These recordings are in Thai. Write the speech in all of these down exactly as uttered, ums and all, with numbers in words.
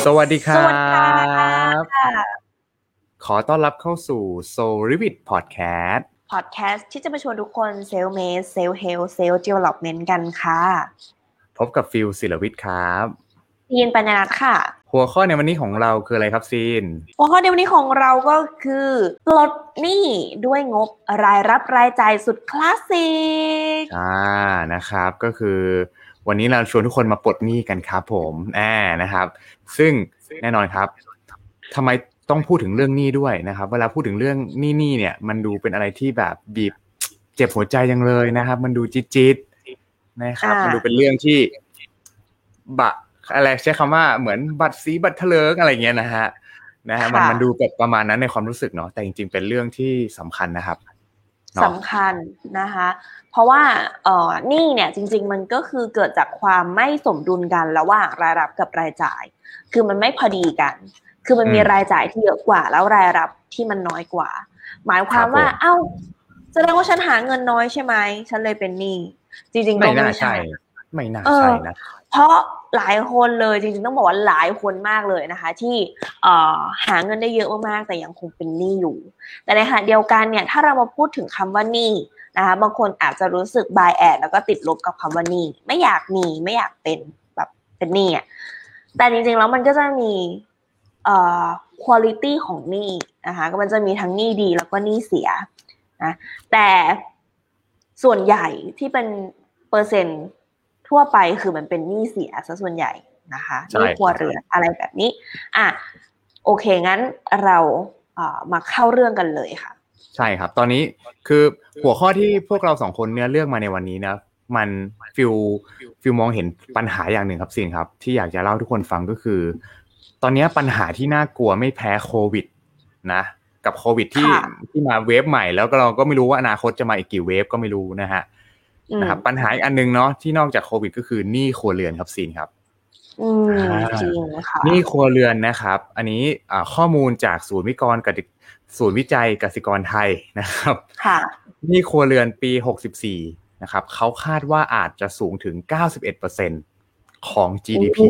สวัสดีคสรัวัสดีค่ะบขอต้อนรับเข้าสู่ Soul Revit Podcast พอดแคสต์ที่จะมาชวนทุกคนเซลเมดเซลเฮลเซลเดเวล็อปเมนต์กันค่ะพบกับฟิลศิลวิทย์ครับซีนปัญญานัทค่ะหัวข้อในวันนี้ของเราคืออะไรครับซีนหัวข้อในวันนี้ของเราก็คือปลดหนี้ด้วยงบรายรับรายจ่ายสุดคลาสสิกอ่านะครับก็คือวันนี้เราชวนทุกคนมาปลดหนี้กันครับผมแน่นะครับซึ่งแน่นอนครับทำไมต้องพูดถึงเรื่องหนี้ด้วยนะครับเวลาพูดถึงเรื่องหนี้หนี้เนี่ยมันดูเป็นอะไรที่แบบบีบเจ็บหัวใจจังเลยนะครับมันดูจี๊ดๆนะครับมันดูเป็นเรื่องที่บะอะไรใช้คำว่าเหมือนบัตรสีบัตรเถลิงอะไรเงี้ยนะฮะนะฮะมันมันดูแบบประมาณนั้นในความรู้สึกเนาะแต่จริงๆเป็นเรื่องที่สำคัญนะครับสำคัญนะคะเพราะว่าเอ่อหนี้เนี่ยจริงๆมันก็คือเกิดจากความไม่สมดุลกันระหว่างรายรับกับรายจ่ายคือมันไม่พอดีกันคือมันมีรายจ่ายที่เยอะกว่าแล้วรายรับที่มันน้อยกว่าหมายความว่าเอ้าแสดงว่าฉันหาเงินน้อยใช่ไหมฉันเลยเป็นหนี้จริงๆก็ไม่ใช่ไม่น่าใช่นะเพราะหลายคนเลยจริงๆต้องบอกว่าหลายคนมากเลยนะคะที่เอ่อหาเงินได้เยอะมากๆแต่ยังคงเป็นหนี้อยู่แต่ในขณะเดียวกันเนี่ยถ้าเรามาพูดถึงคำว่าหนี้นะคะบางคนอาจจะรู้สึก bias แล้วก็ติดลบกับคำว่าหนี้ไม่อยากมีไม่อยากเป็นแบบเป็นหนี้อ่ะแต่จริงๆแล้วมันก็จะมีเอ่อ quality ของหนี้นะคะก็มันจะมีทั้งหนี้ดีแล้วก็หนี้เสียนะแต่ส่วนใหญ่ที่เป็นเปอร์เซ็นต์ทั่วไปคือมันเป็นหนี้เสียซะส่วนใหญ่นะคะหนี้ครัวเรือนอะไรแบบนี้อ่ะโอเคงั้นเราเอ่อมาเข้าเรื่องกันเลยค่ะใช่ครับตอนนี้คือหัวข้อที่พวกเราสองคนเนี่ยเลือกมาในวันนี้นะมันฟิลฟิลมองเห็นปัญหาอย่างหนึ่งครับสิงครับที่อยากจะเล่าทุกคนฟังก็คือตอนนี้ปัญหาที่น่ากลัวไม่แพ้โควิดนะกับโควิดที่ที่มาเวฟใหม่แล้วก็เราก็ไม่รู้ว่าอนาคตจะมาอีกกี่เวฟก็ไม่รู้นะฮะนะครับปัญหาอีกอันนึงเนาะที่นอกจากโควิดก็คือหนี้ครัวเรือนครับสินครับอืมจริงค่ะหนี้ครัวเรือนนะครับอันนี้ข้อมูลจากศูนย์วิกรกศูนย์วิจัยกสิกรไทยนะครับหนี้ครัวเรือนปีหกสิบสี่นะครับเขาคาดว่าอาจจะสูงถึง เก้าสิบเอ็ดเปอร์เซ็นต์ ของ จี ดี พี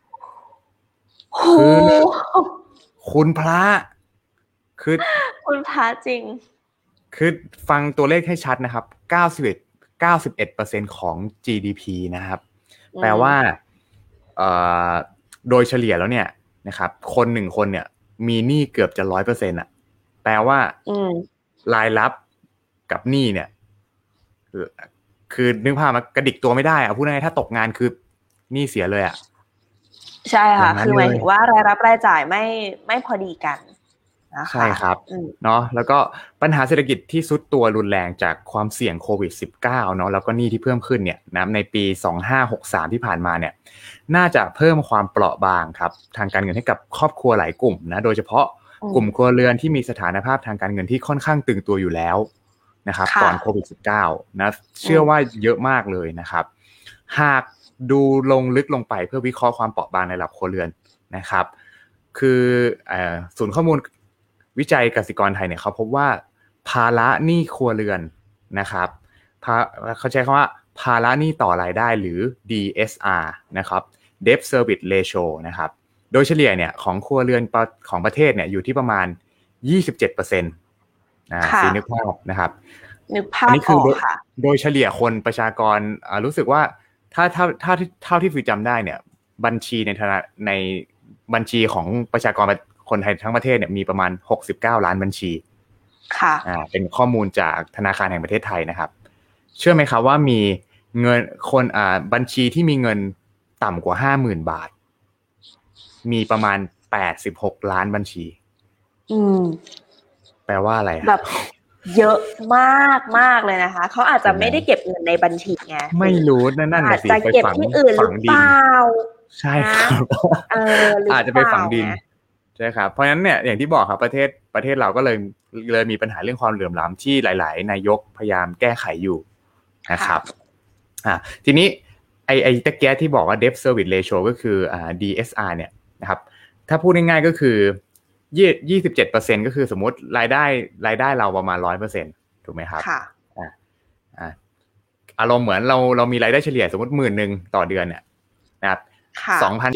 คือคุณพระคือคุณพระจริงคือฟังตัวเลขให้ชัดนะครับเก้าสิบเอ็ด เก้าสิบเอ็ดเปอร์เซ็นต์ ของ จี ดี พี นะครับแปลว่าเอ่อโดยเฉลี่ยแล้วเนี่ยนะครับคนหนึ่งคนเนี่ยมีหนี้เกือบจะ ร้อยเปอร์เซ็นต์ อ่ะแปลว่ารายรับกับหนี้เนี่ยคือนึกภาพมากระดิกตัวไม่ได้อ่ะพูดง่ายๆถ้าตกงานคือหนี้เสียเลยอ่ะใช่ค่ะคือหมายถึงว่ารายรับรายจ่ายไม่ไม่พอดีกันใช่ครับเนาะแล้วก็ปัญหาเศรษฐกิจที่ซุดตัวรุนแรงจากความเสี่ยงโควิด สิบเก้า เนาะแล้วก็หนี้ที่เพิ่มขึ้นเนี่ยนะในปีสองพันห้าร้อยหกสิบสามที่ผ่านมาเนี่ยน่าจะเพิ่มความเปราะบางครับทางการเงินให้กับครอบครัวหลายกลุ่มนะโดยเฉพาะกลุ่มครัวเรือนที่มีสถานภาพทางการเงินที่ค่อนข้างตึงตัวอยู่แล้วนะครับก่อนโควิด สิบเก้า นะเชื่อว่าเยอะมากเลยนะครับหากดูลงลึกลงไปเพื่อวิเคราะห์ความเปราะบางในระดับครัวเรือนนะครับคือศูนย์ข้อมูลวิจัยกสิกรไทยเนี่ยเขาพบว่าภาระหนี้ครัวเรือนนะครับเขาใช้คำว่าภาระหนี้ต่อรายได้หรือ ดี เอส อาร์ นะครับ Debt Service Ratio นะครับโดยเฉลี่ยเนี่ยของครัวเรือนของประเทศเนี่ยอยู่ที่ประมาณ ยี่สิบเจ็ดเปอร์เซ็นต์ นะซีนึกภาพนะครับนึกภาพออกค่ะโดยเฉลี่ยคนประชากรรู้สึกว่าถ้าถ้าถ้าเท่าที่ฟิวจำได้เนี่ยบัญชีในธนาในบัญชีของประชากรคนไทยทั้งประเทศเนี่ยมีประมาณหกสิบเก้าล้านบัญชีค่ะอ่าเป็นข้อมูลจากธนาคารแห่งประเทศไทยนะครับเชื่อไหมครับว่ามีเงินคนอ่าบัญชีที่มีเงินต่ำกว่า ห้าหมื่น บาทมีประมาณแปดสิบหกล้านบัญชีอืมแปลว่าอะไรแบบเยอะมากมากเลยนะคะเขาอาจจะไม่ได้เก็บเงินในบัญชีไงไม่รู้นั่นนั่นอาจจะเก็บที่อื่นหรือเปล่าใช่ครับเอออาจจะไปฝังดินใช่ครับเพราะฉะนั้นเนี่ยอย่างที่บอกครับประเทศประเทศเราก็เลยเลยมีปัญหาเรื่องความเหลื่อมล้ำที่หลายๆนายกพยายามแก้ไขอยู่นะครับอ่าทีนี้ไอไอตะเกียที่บอกว่า Debt Service Ratio ก็คืออ่า ดี เอส อาร์ เนี่ยนะครับถ้าพูดง่ายๆก็คือยี่สิบเจ็ดเปอร์เซ็นต์ก็คือสมมุติรายได้รายได้เราประมาณ หนึ่งร้อยเปอร์เซ็นต์ ถูกไหมครับค่ะอ่าอ่าอารมณ์เหมือนเราเรามีรายได้เฉลี่ยสมมุติ หนึ่งหมื่น นึงต่อเดือนเนี่ยนะครับสองพันเจ็ด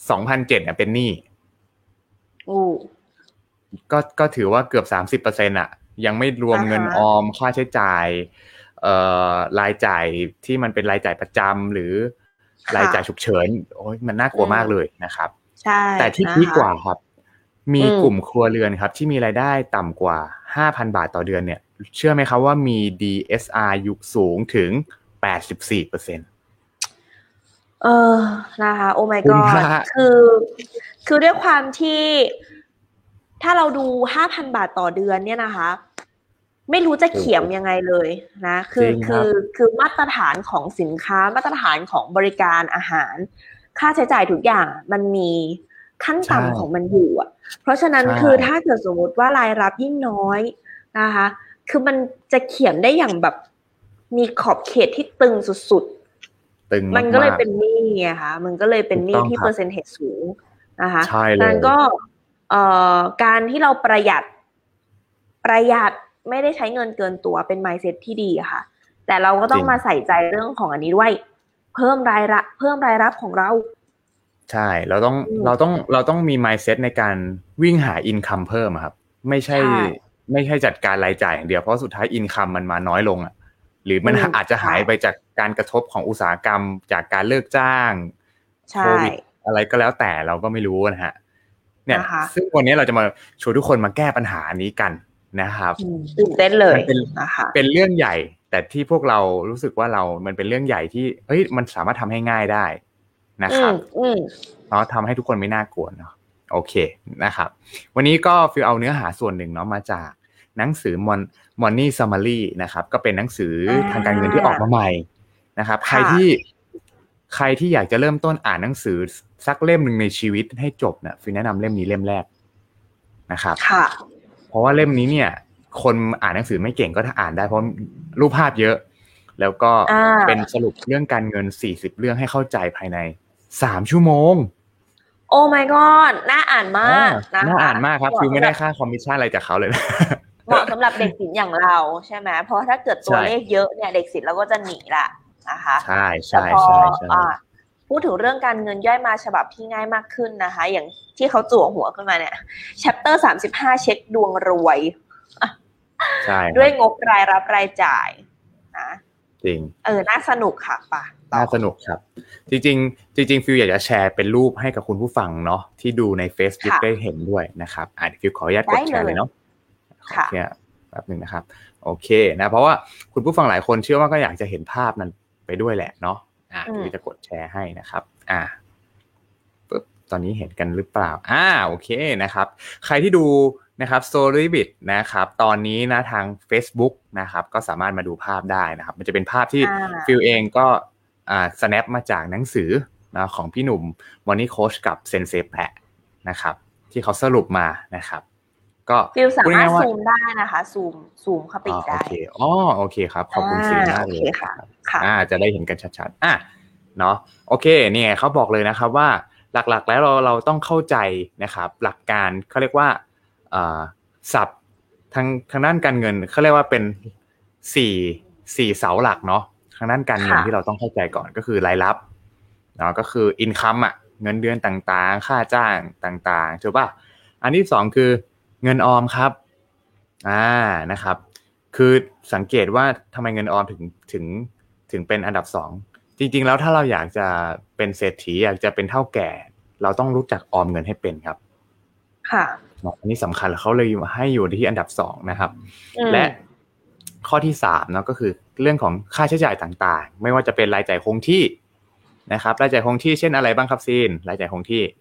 สองพันเจ็ดเนี่ยเป็นหนี้อู้ก็ก็ถือว่าเกือบ สามสิบเปอร์เซ็นต์ อ่ะยังไม่รวมเงินออมค่าใช้จ่ายเอ่อรายจ่ายที่มันเป็นรายจ่ายประจำหรือรายจ่ายฉุกเฉินโอ้ยมันน่ากลัวมากเลยนะครับใช่แต่ที่พีคกว่าครับมีกลุ่มครัวเรือนครับที่มีรายได้ต่ำกว่า ห้าพัน บาทต่อเดือนเนี่ยเชื่อไหมครับว่ามี ดี เอส อาร์ ยุคสูงถึง แปดสิบสี่เปอร์เซ็นต์เออนะคะโอ้ my god คือคือด้วยความที่ถ้าเราดู ห้าพัน บาทต่อเดือนเนี่ยนะคะไม่รู้จะเขียมยังไงเลยนะคือคือคือมาตรฐานของสินค้ามาตรฐานของบริการอาหารค่าใช้จ่ายทุกอย่างมันมีขั้นต่ำของมันอยู่อ่ะเพราะฉะนั้นคือถ้าเกิดสมมติว่ารายรับยิ่งน้อยนะคะคือมันจะเขียนได้อย่างแบบมีขอบเขตที่ตึงสุดๆมันก็เลยเป็นหนี้ไงคะมันก็เลยเป็นหนี้ที่เปอร์เซ็นต์เทจสูงนะคะดังนั้นก็เอ่อการที่เราประหยัดประหยัดไม่ได้ใช้เงินเกินตัวเป็น mindset ที่ดีอะค่ะแต่เราก็ต้องมาใส่ใจเรื่องของอันนี้ด้วยเพิ่มรายรับเพิ่มรายรับของเราใช่เราต้องเราต้องเราต้องมี mindset ในการวิ่งหา income เพิ่มครับไม่ใช่ไม่ใช่จัดการรายจ่ายอย่างเดียวเพราะสุดท้าย income มันมาน้อยลงอ่ะหรือมันอาจจะหายไปจากการกระทบของอุตสาหกรรมจากการเลิกจ้างโควิดอะไรก็แล้วแต่เราก็ไม่รู้นะฮะเนี่ยซึ่งวันนี้เราจะมาชวนทุกคนมาแก้ปัญหานี้กันนะครับตื่นเต้นเลยนะคะเป็นเรื่องใหญ่แต่ที่พวกเรารู้สึกว่าเรามันเป็นเรื่องใหญ่ที่เฮ้ยมันสามารถทำให้ง่ายได้นะครับเนาะทำให้ทุกคนไม่น่ากลัวเนาะโอเคนะครับวันนี้ก็ฟิลเอาเนื้อหาส่วนหนึ่งเนาะมาจากหนังสือ Money Summary นะครับก็เป็นหนังสือทางการเงินที่ออกมาใหม่นะครับใครที่ใครที่อยากจะเริ่มต้นอ่านหนังสือสักเล่มหนึ่งในชีวิตให้จบเนี่ยฟิลแนะนำเล่มนี้เล่มแรกนะครับเพราะว่าเล่มนี้เนี่ยคนอ่านหนังสือไม่เก่งก็ถ้าอ่านได้เพราะรูปภาพเยอะแล้วก็เป็นสรุปเรื่องการเงินสี่สิบเรื่องให้เข้าใจภายในสามชั่วโมงโอ้ my god น่าอ่านมากนะคะน่าอ่านมากครับคือไม่ได้ค่าคอมมิชชั่นอะไรจากเขาเลยเหมาะสำหรับเด็กศิลป์อย่างเราใช่ไหมเพราะถ้าเกิดตัวเลขเยอะเนี่ยเด็กศิลป์เราก็จะหนีละนะคะใช่ใช่ใช่ใช่พูดถึงเรื่องการเงินย่อยมาฉบับที่ง่ายมากขึ้นนะคะอย่างที่เขาจั่วหัวขึ้นมาเนี่ย chapter สามสิบห้าเช็คดวงรวยใช่ด้วยงบรายรับรายจ่ายนะจริงเออน่าสนุกค่ะป่ะน่าสนุกครับจริงๆจริงๆฟิวอยากจะแชร์เป็นรูปให้กับคุณผู้ฟังเนาะที่ดูใน Facebook ได้เห็นด้วยนะครับอ่ะฟิวขออนุญาตกดแชร์เลยเนาะค่ะแป๊บนึงนะครับโอเคนะเพราะว่าคุณผู้ฟังหลายคนเชื่อว่าก็อยากจะเห็นภาพนั้นไปด้วยแหละเนาะอ่ะฟิวจะกดแชร์ให้นะครับอ่ะปึ๊บตอนนี้เห็นกันหรือเปล่าอ่าโอเคนะครับใครที่ดูนะครับ Storybit นะครับตอนนี้นะทาง Facebook นะครับก็สามารถมาดูภาพได้นะครับมันจะเป็นภาพที่ฟิวเองก็อ่า snap มาจากหนังสือนะของพี่หนุ่ม Money Coach กับเซนเซแปะนะครับที่เขาสรุปมานะครับก็ฟิวสามารถซูมได้นะคะซูมซูมเข้าไปได้โอเคอ๋อโอเคครับขอบคุณฟิวมากเลยค่ะอ่าจะได้เห็นกันชัดๆอ่ะเนาะโอเคเนี่ยเขาบอกเลยนะครับว่าหลักๆแล้วเราเราต้องเข้าใจนะครับหลักการเขาเรียกว่าอ่าศัพท์ทางทางด้านการเงินเขาเรียกว่าเป็นสี่สี่เสาหลักเนาะทางด้านการเงินที่เราต้องเข้าใจก่อนก็คือรายรับเนาะก็คือ income อ่ะเงินเดือนต่างๆค่าจ้างต่างๆถูกป่ะอันที่สองคือเงินออมครับอ่านะครับคือสังเกตว่าทำไมเงินออมถึงถึงถึงเป็นอันดับสองจริงๆแล้วถ้าเราอยากจะเป็นเศรษฐีอยากจะเป็นเฒ่าแก่เราต้องรู้จักออมเงินให้เป็นครับค่ะอันนี้สำคัญเขาเลยให้อยู่ที่อันดับสองนะครับและข้อที่สามเนาะก็คือเรื่องของค่าใช้จ่ายต่างๆไม่ว่าจะเป็นรายจ่ายคงที่นะครับรายจ่ายคงที่เช่นอะไรบ้างครับซีนรายจ่ายคงที่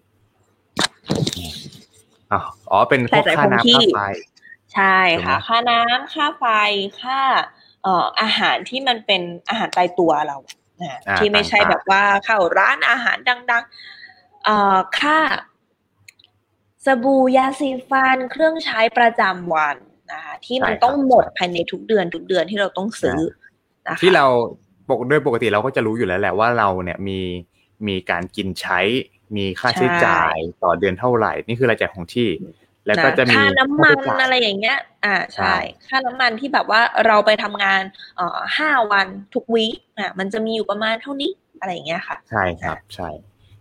อ๋อเป็นพวกค่าน้ำค่าไฟใช่ค่ะค่าน้ำค่าไฟค่าเอ่ออาหารที่มันเป็นอาหารตายตัวเราที่ไม่ใช่แบบว่าเข้าร้านอาหารดังๆเอ่อค่าสบู่ยาสีฟันเครื่องใช้ประจำวันนะคะที่มันต้องหมดภายในทุกเดือนทุกเดือนที่เราต้องซื้อนะคะที่เราปกโดยปกติเราก็จะรู้อยู่แล้วแหละว่าเราเนี่ยมีมีการกินใช้มีค่าใช้จ่ายต่อเดือนเท่าไหร่นี่คือรายจ่ายของที่แล้วก็จะมีค่าน้ำมันอะไรอย่างเงี้ยอ่าใช่ค่าน้ำมันที่แบบว่าเราไปทำงานเอ่อห้าวันทุกวีคอ่ะมันจะมีอยู่ประมาณเท่านี้อะไรอย่างเงี้ยค่ะใช่ครับใช่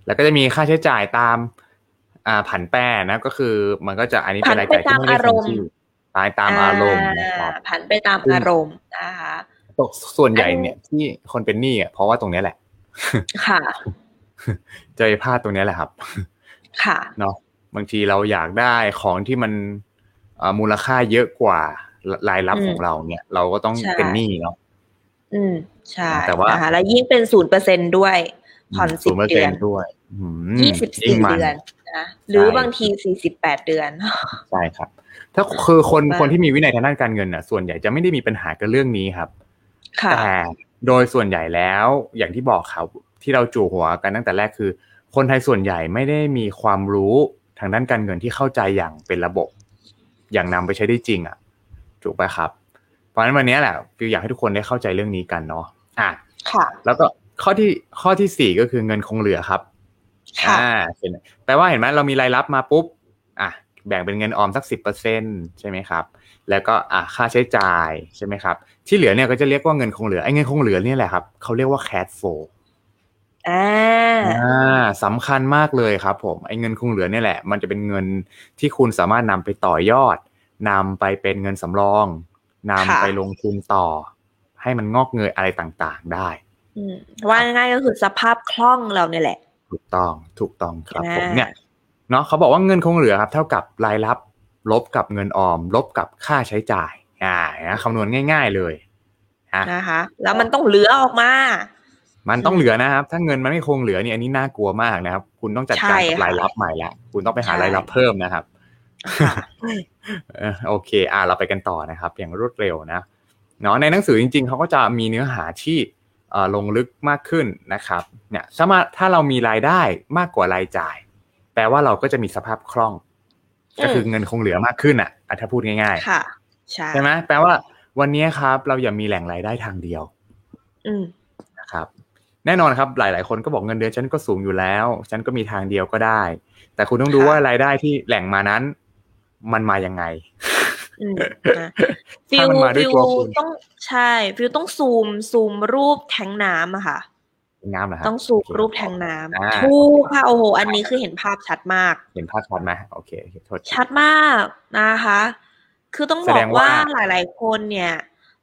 แล้วก็จะมีค่าใช้จ่ายตามอ่าผันแปรนะก็คือมันก็จะอันนี้เป็นรายจ่ายที่ไม่ได้คงที่ตายตามอารมณ์นะครับผันไปตามอารมณ์นะคะส่วนใหญ่เนี่ยที่คนเป็นหนี้อ่ะเพราะว่าตรงนี้แหละค่ะจะไปพลาดตรงนี้แหละครับค่ะเนาะบางทีเราอยากได้ของที่มันมูลค่าเยอะกว่ารายรับของเราเนี่ยเราก็ต้องเป็นหนี้เนาะอืมใช่แต่ว่าแล้วยิ่งเป็นศูนย์เปอร์เซ็นต์ด้วยผ่อนสิบเดือนด้วยยี่สิบสี่เดือนนะหรือบางทีสี่สิบแปดเดือนใช่ครับถ้าคือคนคนที่มีวินัยทางด้านการเงินน่ะส่วนใหญ่จะไม่ได้มีปัญหากับเรื่องนี้ครับแต่โดยส่วนใหญ่แล้วอย่างที่บอกครับที่เราจู่หัวกันตั้งแต่แรกคือคนไทยส่วนใหญ่ไม่ได้มีความรู้ทางด้านการเงินที่เข้าใจอย่างเป็นระบบอย่างนำไปใช้ได้จริงอ่ะถูกป่ะครับเพราะฉะนั้นวันนี้แหละฟิวอยากให้ทุกคนได้เข้าใจเรื่องนี้กันเนาะอ่ะค่ะแล้วก็ข้อที่ข้อที่สี่ก็คือเงินคงเหลือครับอ่าแปลว่าเห็นไหมเรามีรายรับมาปุ๊บอ่ะแบ่งเป็นเงินออมสัก สิบเปอร์เซ็นต์ ใช่ไหมครับแล้วก็อ่ะค่าใช้จ่ายใช่ไหมครับที่เหลือเนี่ยก็จะเรียกว่าเงินคงเหลือไอ้เงินคงเหลือนี่แหละครับเขาเรียกว่า cash flow อ่าอ่าสำคัญมากเลยครับผมไอ้เงินคงเหลือนี่แหละมันจะเป็นเงินที่คุณสามารถนำไปต่อยอดนำไปเป็นเงินสำรองนำไปลงทุนต่อให้มันงอกเงยอะไรต่างๆได้ว่าง่ายๆก็คือสภาพคล่องเราเนี่ยแหละถูกต้องถูกต้องครับผมเนี่ยเนาะเขาบอกว่าเงินคงเหลือครับเท่ากับรายรับลบกับเงินออมลบกับค่าใช้จ่ายอ่านะคำนวณง่ายๆเลยนะคะแล้วมันต้องเหลือออกมามันต้องเหลือนะครับถ้าเงินมันไม่คงเหลือเนี่ยอันนี้น่ากลัวมากนะครับคุณต้องจัดการกับรายรับใหม่ละคุณต้องไปหารายรับเพิ่มนะครับโอเคอ่าเราไปกันต่อนะครับอย่างรวดเร็วนะเนาะในหนังสือจริงๆเขาก็จะมีเนื้อหาที่ลงลึกมากขึ้นนะครับเนี่ยถ้ามาถ้าเรามีรายได้มากกว่ารายจ่ายแปลว่าเราก็จะมีสภาพคล่องก็คือเงินคงเหลือมากขึ้นอ่ะถ้าพูดง่ายๆค่ะใช่ใช่ไหมแปลว่าวันนี้ครับเราอย่ามีแหล่งรายได้ทางเดียวนะครับแน่นอนครับหลายๆคนก็บอกเงินเดือนฉันก็สูงอยู่แล้วฉันก็มีทางเดียวก็ได้แต่คุณต้องดูว่ารายได้ที่แหล่งมานั้นมันมายังไงฟิวฟิวต้องใช่ฟิวต้องซูมซูมรูปแทงน้ำอะค่ะน้ำเหรอครับต้องซูมรูปแทงน้ำทูค่ะโอ้โหอันนี้คือเห็นภาพชัดมากเห็นภาพชัดไหมโอเคโทษชัดมากนะคะคือต้องบอกว่าหลายๆคนเนี่ย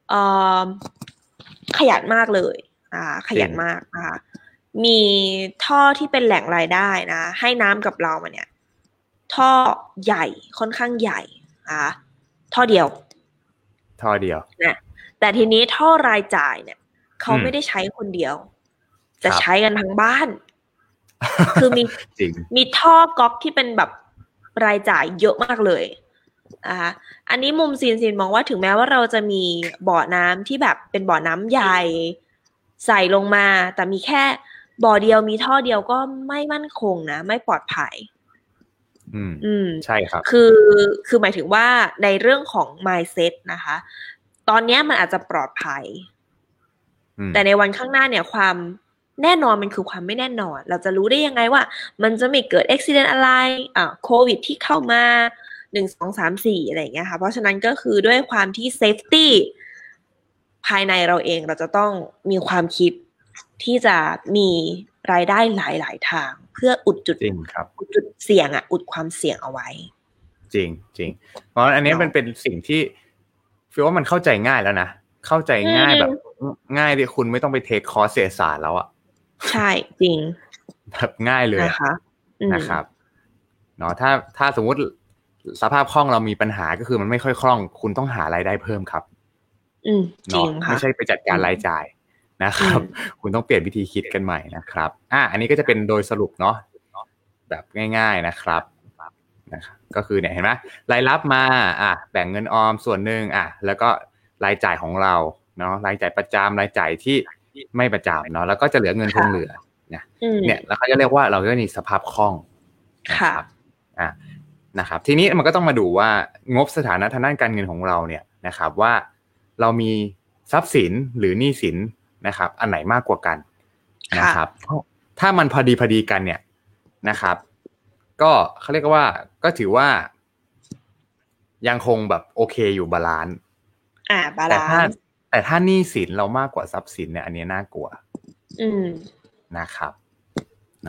ขยันมากเลยอ่าขยันมากนะคะมีท่อที่เป็นแหล่งรายได้นะให้น้ำกับเรามาเนี่ยท่อใหญ่ค่อนข้างใหญ่อ่ะท่อเดียวท่อเดียวนะแต่ทีนี้ท่อรายจ่ายเนี่ยเขาไม่ได้ใช้คนเดียวจะใช้กันทั้งบ้านคือมีมีท่อก๊อกที่เป็นแบบรายจ่ายเยอะมากเลยนะคะอันนี้มุมซีนซีนมองว่าถึงแม้ว่าเราจะมีบ่อน้ำที่แบบเป็นบ่อน้ำใหญ่ใส่ลงมาแต่มีแค่บ่อเดียวมีท่อเดียวก็ไม่มั่นคงนะไม่ปลอดภัยอืมอืมใช่ครับคือคือหมายถึงว่าในเรื่องของ mindset นะคะตอนนี้มันอาจจะปลอดภัยแต่ในวันข้างหน้าเนี่ยความแน่นอนมันคือความไม่แน่นอนเราจะรู้ได้ยังไงว่ามันจะไม่เกิดอุบัติเหตุอะไรอ่าโควิดที่เข้ามาหนึ่ง สอง สาม สี่อะไรอย่างเงี้ยค่ะเพราะฉะนั้นก็คือด้วยความที่ safety ภายในเราเองเราจะต้องมีความคิดที่จะมีรายได้หลายๆทางเพื่ออุดจุดอุดจุดเสี่ยงอ่ะอุดความเสี่ยงเอาไว้จริงจริงเพราะอันนี้มันเป็นสิ่งที่ฟีลว่ามันเข้าใจง่ายแล้วนะเข้าใจง่ายแบบง่ายที่คุณไม่ต้องไปเทคคอร์สเศรษฐศาสตร์แล้วอ่ะใช่จริงแบบง่ายเลยนะคะนะครับเนาะถ้าถ้าสมมุติสภาพคล่องเรามีปัญหาก็คือมันไม่ค่อยคล่องคุณต้องหารายได้เพิ่มครับอืมจริงค่ะไม่ใช่ไปจัดการรายจ่ายนะครับคุณต้องเปลี่ยนวิธีคิดกันใหม่นะครับอ่ะอันนี้ก็จะเป็นโดยสรุปเนาะแบบง่ายๆนะครับนะครับก็คือเนี่ยเห็นไหมรายรับมาอ่ะแบ่งเงินออมส่วนหนึ่งอ่ะแล้วก็รายจ่ายของเราเนาะรายจ่ายประจำรายจ่ายที่ไม่ประจำเนาะแล้วก็จะเหลือเงินคงเหลือเนี่ยเนี่ยแล้วเขาจะเรียกว่าเราจะมีสภาพคล่องนะครับอ่ะนะครับทีนี้มันก็ต้องมาดูว่างบสถานะทางด้านการเงินของเราเนี่ยนะครับว่าเรามีทรัพย์สินหรือหนี้สินนะครับอันไหนมากกว่ากันนะครับถ้ามันพอดีพอดีกันเนี่ยนะครับก็เขาเรียกว่าก็ถือว่ายังคงแบบโอเคอยู่บาลานซ์อ่าบาลานซ์แต่ถ้าหนี้สินเรามากกว่าทรัพย์สินเนี่ยอันนี้น่ากลัวอืมนะครับเนาะ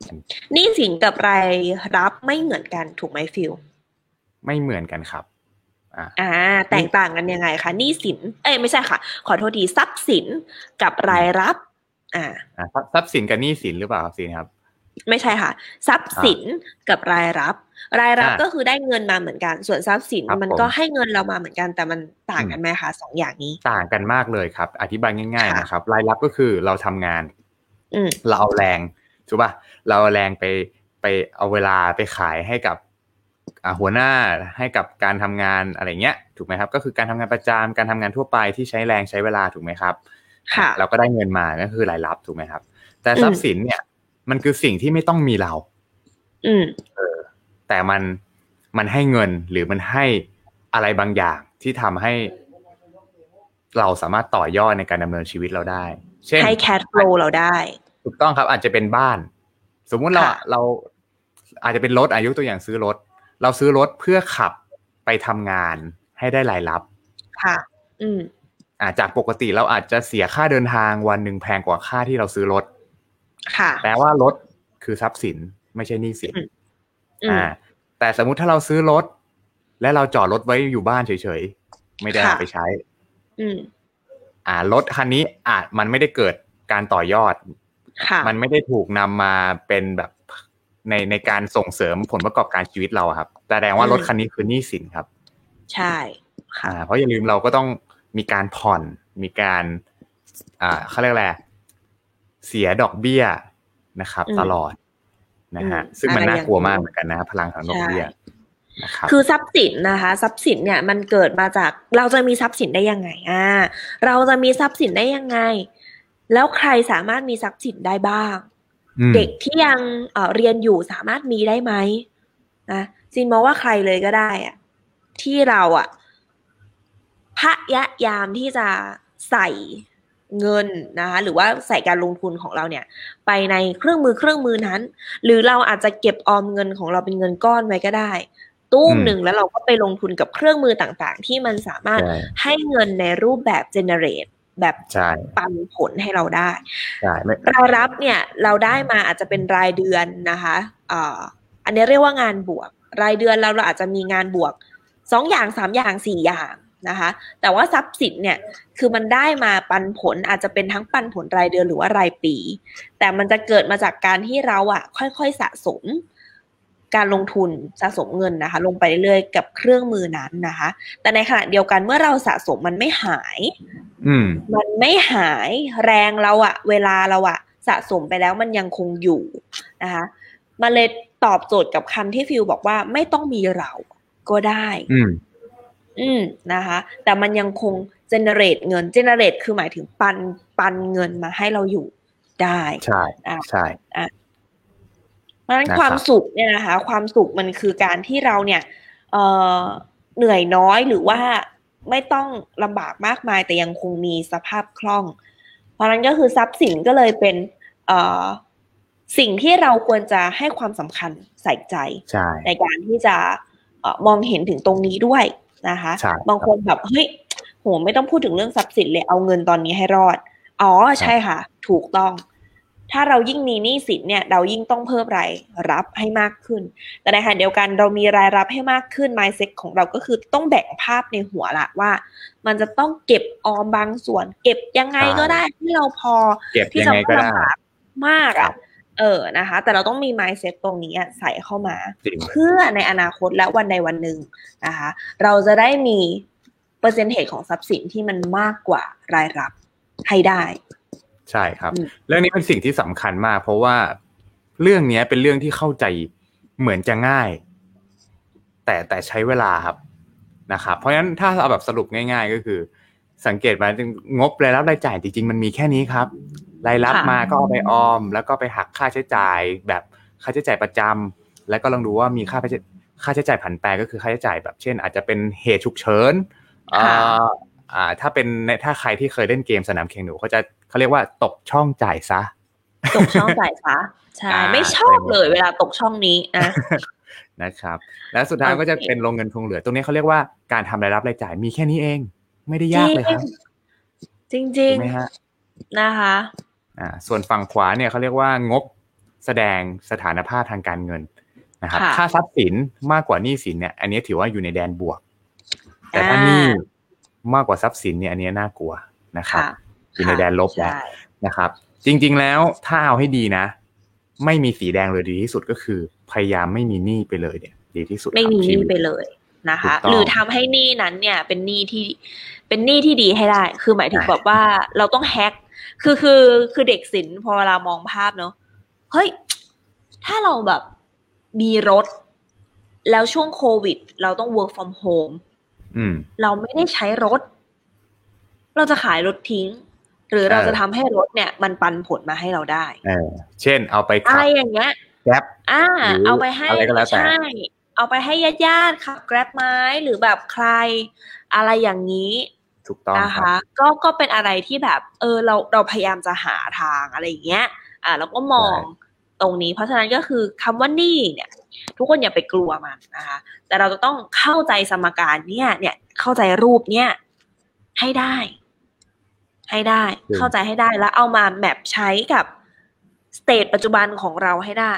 หนี้สินกับรายรับไม่เหมือนกันถูกไหมฟิลไม่เหมือนกันครับอ่าอ่าแตกต่างกันยังไงคะหนี้สินเอ้ยไม่ใช่ค่ะขอโทษทีทรัพย์สินกับรายรับอ่าทรัพย์สินกับหนี้สินหรือเปล่าครับสินครับไม่ใช่ค่ะทรัพย์สินกับรายรับรายรับก็คือได้เงินมาเหมือนกันส่วนทรัพย์สินมันก็ให้เงินเรามาเหมือนกันแต่มันต่างกันไหมคะสองอย่างนี้ต่างกันมากเลยครับอธิบายง่ายๆนะครับรายรับก็คือเราทำงานเราเอาแรงถูกป่ะเราเอาแรงไปไปเอาเวลาไปขายให้กับหัวหน้าให้กับการทำงานอะไรเงี้ยถูกไหมครับก็คือการทำงานประจำการทำงานทั่วไปที่ใช้แรงใช้เวลาถูกไหมครับค่ะเราก็ได้เงินมาก็คือรายรับถูกไหมครับแต่ทรัพย์สินเนี่ยมันคือสิ่งที่ไม่ต้องมีเราอืมเออแต่มันมันให้เงินหรือมันให้อะไรบางอย่างที่ทำให้เราสามารถต่อยอดในการดำเนินชีวิตเราได้เช่นให้ cash flow เราได้ถูกต้องครับอาจจะเป็นบ้านสมมุติเราเราอาจจะเป็นรถอายุตัวอย่างซื้อรถเราซื้อรถเพื่อขับไปทำงานให้ได้รายรับค่ะอืมอ่าจากปกติเราอาจจะเสียค่าเดินทางวันหนึ่งแพงกว่าค่าที่เราซื้อรถค่ะแปลว่ารถคือทรัพย์สินไม่ใช่หนี้สินอ่าแต่สมมุติถ้าเราซื้อรถและเราจอดรถไว้อยู่บ้านเฉยๆไม่ได้เอาไปใช้อืมอ่ารถคันนี้อาจมันไม่ได้เกิดการต่อยอดมันไม่ได้ถูกนำมาเป็นแบบในในการส่งเสริมผลประกอบการชีวิตเราครับแสดงว่ารถคันนี้คือหนี้สินครับใช่ค่ะเพราะอย่าลืมเราก็ต้องมีการผ่อนมีการอ่าเขาเรียกอะไรเสียดอกเบี้ยนะครับตลอดนะฮะซึ่งมันน่ากลัวมากเหมือนกันนะพลังของดอกเบี้ยนะครับคือทรัพย์สินนะคะทรัพย์สินเนี่ยมันเกิดมาจากเราจะมีทรัพย์สินได้ยังไงอ่าเราจะมีทรัพย์สินได้ยังไงแล้วใครสามารถมีทรัพย์สินได้บ้างเด็กที่ยังเอ่อเรียนอยู่สามารถมีได้ไหมนะซินมองว่าใครเลยก็ได้อะที่เราอ่ะพยายามที่จะใส่เงินนะคะหรือว่าใส่การลงทุนของเราเนี่ยไปในเครื่องมือเครื่องมือนั้นหรือเราอาจจะเก็บออมเงินของเราเป็นเงินก้อนไว้ก็ได้ตู้มหนึ่งแล้วเราก็ไปลงทุนกับเครื่องมือต่างๆที่มันสามารถให้เงินในรูปแบบ generate แบบปันผลให้เราได้รายรับเนี่ยเราได้มาอาจจะเป็นรายเดือนนะคะอ่าอันนี้เรียกว่างานบวกรายเดือนเราเราอาจจะมีงานบวกสองอย่างสามอย่างสี่อย่างนะคะแต่ว่าทรัพย์สินเนี่ยคือมันได้มาปันผลอาจจะเป็นทั้งปันผลรายเดือนหรือว่ารายปีแต่มันจะเกิดมาจากการที่เราอ่ะค่อยๆสะสมการลงทุนสะสมเงินนะคะลงไปเรื่อยๆกับเครื่องมือนั้นนะคะแต่ในขณะเดียวกันเมื่อเราสะสมมันไม่หายมันไม่หายแรงเราอ่ะเวลาเราอ่ะสะสมไปแล้วมันยังคงอยู่นะคะมันเลยตอบโจทย์กับคำที่ฟิลบอกว่าไม่ต้องมีเราก็ได้อืมนะคะแต่มันยังคง generate เงิน generate คือหมายถึงปันปันเงินมาให้เราอยู่ได้ใช่ใช่อ่ะเพราะฉะนั้นความสุขเนี่ยนะคะความสุขมันคือการที่เราเนี่ยเอ่อเหนื่อยน้อยหรือว่าไม่ต้องลำบากมากมายแต่ยังคงมีสภาพคล่องเพราะนั้นก็คือทรัพย์สินก็เลยเป็นเอ่อสิ่งที่เราควรจะให้ความสำคัญใส่ใจในการที่จะเอ่อมองเห็นถึงตรงนี้ด้วยนะคะบางคนแบบเฮ้ยโหไม่ต้องพูดถึงเรื่องทรัพย์สินเลยเอาเงินตอนนี้ให้รอดอ๋อใช่ค่ะถูกต้องถ้าเรายิ่งมีหนี้สินเนี่ยเรายิ่งต้องเพิ่มรายรับให้มากขึ้นแต่ในขณะเดียวกันเรามีรายรับให้มากขึ้น mindset ของเราก็คือต้องแบ่งภาพในหัวละว่ามันจะต้องเก็บออมบางส่วนเก็บยังไงก็ได้ที่เราพอที่จะไม่ลำบากมากอ่ะเออนะคะแต่เราต้องมี mindset ตรงนี้ใส่เข้ามาเพื่อในอนาคตและวันใดวันหนึ่งนะคะเราจะได้มีเปอร์เซ็นต์เทจของทรัพย์สินที่มันมากกว่ารายรับให้ได้ใช่ครับเรื่องนี้เป็นสิ่งที่สำคัญมากเพราะว่าเรื่องนี้เป็นเรื่องที่เข้าใจเหมือนจะง่ายแต่แต่ใช้เวลาครับนะครับเพราะฉะนั้นถ้าเอาแบบสรุปง่ายๆก็คือสังเกตมางบรายรับรายจ่ายจริงๆมันมีแค่นี้ครับรายรับมาก็เอาไปออมแล้วก็ไปหักค่าใช้จ่ายแบบค่าใช้จ่ายประจำแล้วก็ลองดูว่ามีค่าค่าใช้จ่ายผันแปรก็คือค่าใช้จ่ายแบบเช่นอาจจะเป็นเหตุฉุกเฉินอ่าอ่าถ้าเป็นถ้าใครที่เคยเล่นเกมสนามแข่งหนูเขาจะเขาเรียกว่าตกช่องจ่ายซะตกช่องจ่ายซะใช่ไม่ชอบเลยเวลาตกช่องนี้นะนะครับแล้วสุดท้ายก็จะเป็นลงเงินคงเหลือตรงนี้เขาเรียกว่าการทำรายรับรายจ่ายมีแค่นี้เองไม่ได้ยากเลยครับจริงๆนะคะอ่าส่วนฝั่งขวาเนี่ยเขาเรียกว่างบแสดงสถานภาพทางการเงินนะครับถ้าทรัพย์สินมากกว่าหนี้สินเนี่ยอันนี้ถือว่าอยู่ในแดนบวกแต่ถ้าหนี้มากกว่าทรัพย์สินเนี่ยอันนี้น่ากลัวนะครับอยู่ในแดนลบแล้วนะครับจริงๆแล้วถ้าเอาให้ดีนะไม่มีสีแดงเลยดีที่สุดก็คือพยายามไม่มีหนี้ไปเลยเนี่ยดีที่สุดไม่มีหนี้ไปเลยนะคะหรือทำให้หนี้นั้นเนี่ยเป็นหนี้ที่เป็นหนี้ที่ดีให้ได้คือหมายถึงแบบว่าเราต้องแฮกคือคือคือเด็กศิลป์พอเวลามองภาพเนาะเฮ้ยถ้าเราแบบมีรถแล้วช่วงโควิดเราต้อง work from home อืมเราไม่ได้ใช้รถเราจะขายรถทิ้งหรือเราจะทำให้รถเนี่ยมันปันผลมาให้เราได้เออเช่นเอาไปขับอะไรอย่างเงี้ยแกร็บอ่าเอาไปให้ใช่เอาไปให้ญาติๆขับแกร็บไหมหรือแบบใครอะไรอย่างนี้ถูกต้องนะคะก็ก็เป็นอะไรที่แบบเออเราเราพยายามจะหาทางอะไรอย่างเงี้ยอ่าแล้วก็มองตรงนี้เพราะฉะนั้นก็คือคำว่าหนี้เนี่ยทุกคนอย่าไปกลัวมันนะคะแต่เราจะต้องเข้าใจสมการเนี่ยเนี่ยเข้าใจรูปเนี่ยให้ได้ให้ได้เข้าใจให้ได้แล้วเอามาแมปใช้กับสเตจปัจจุบันของเราให้ได้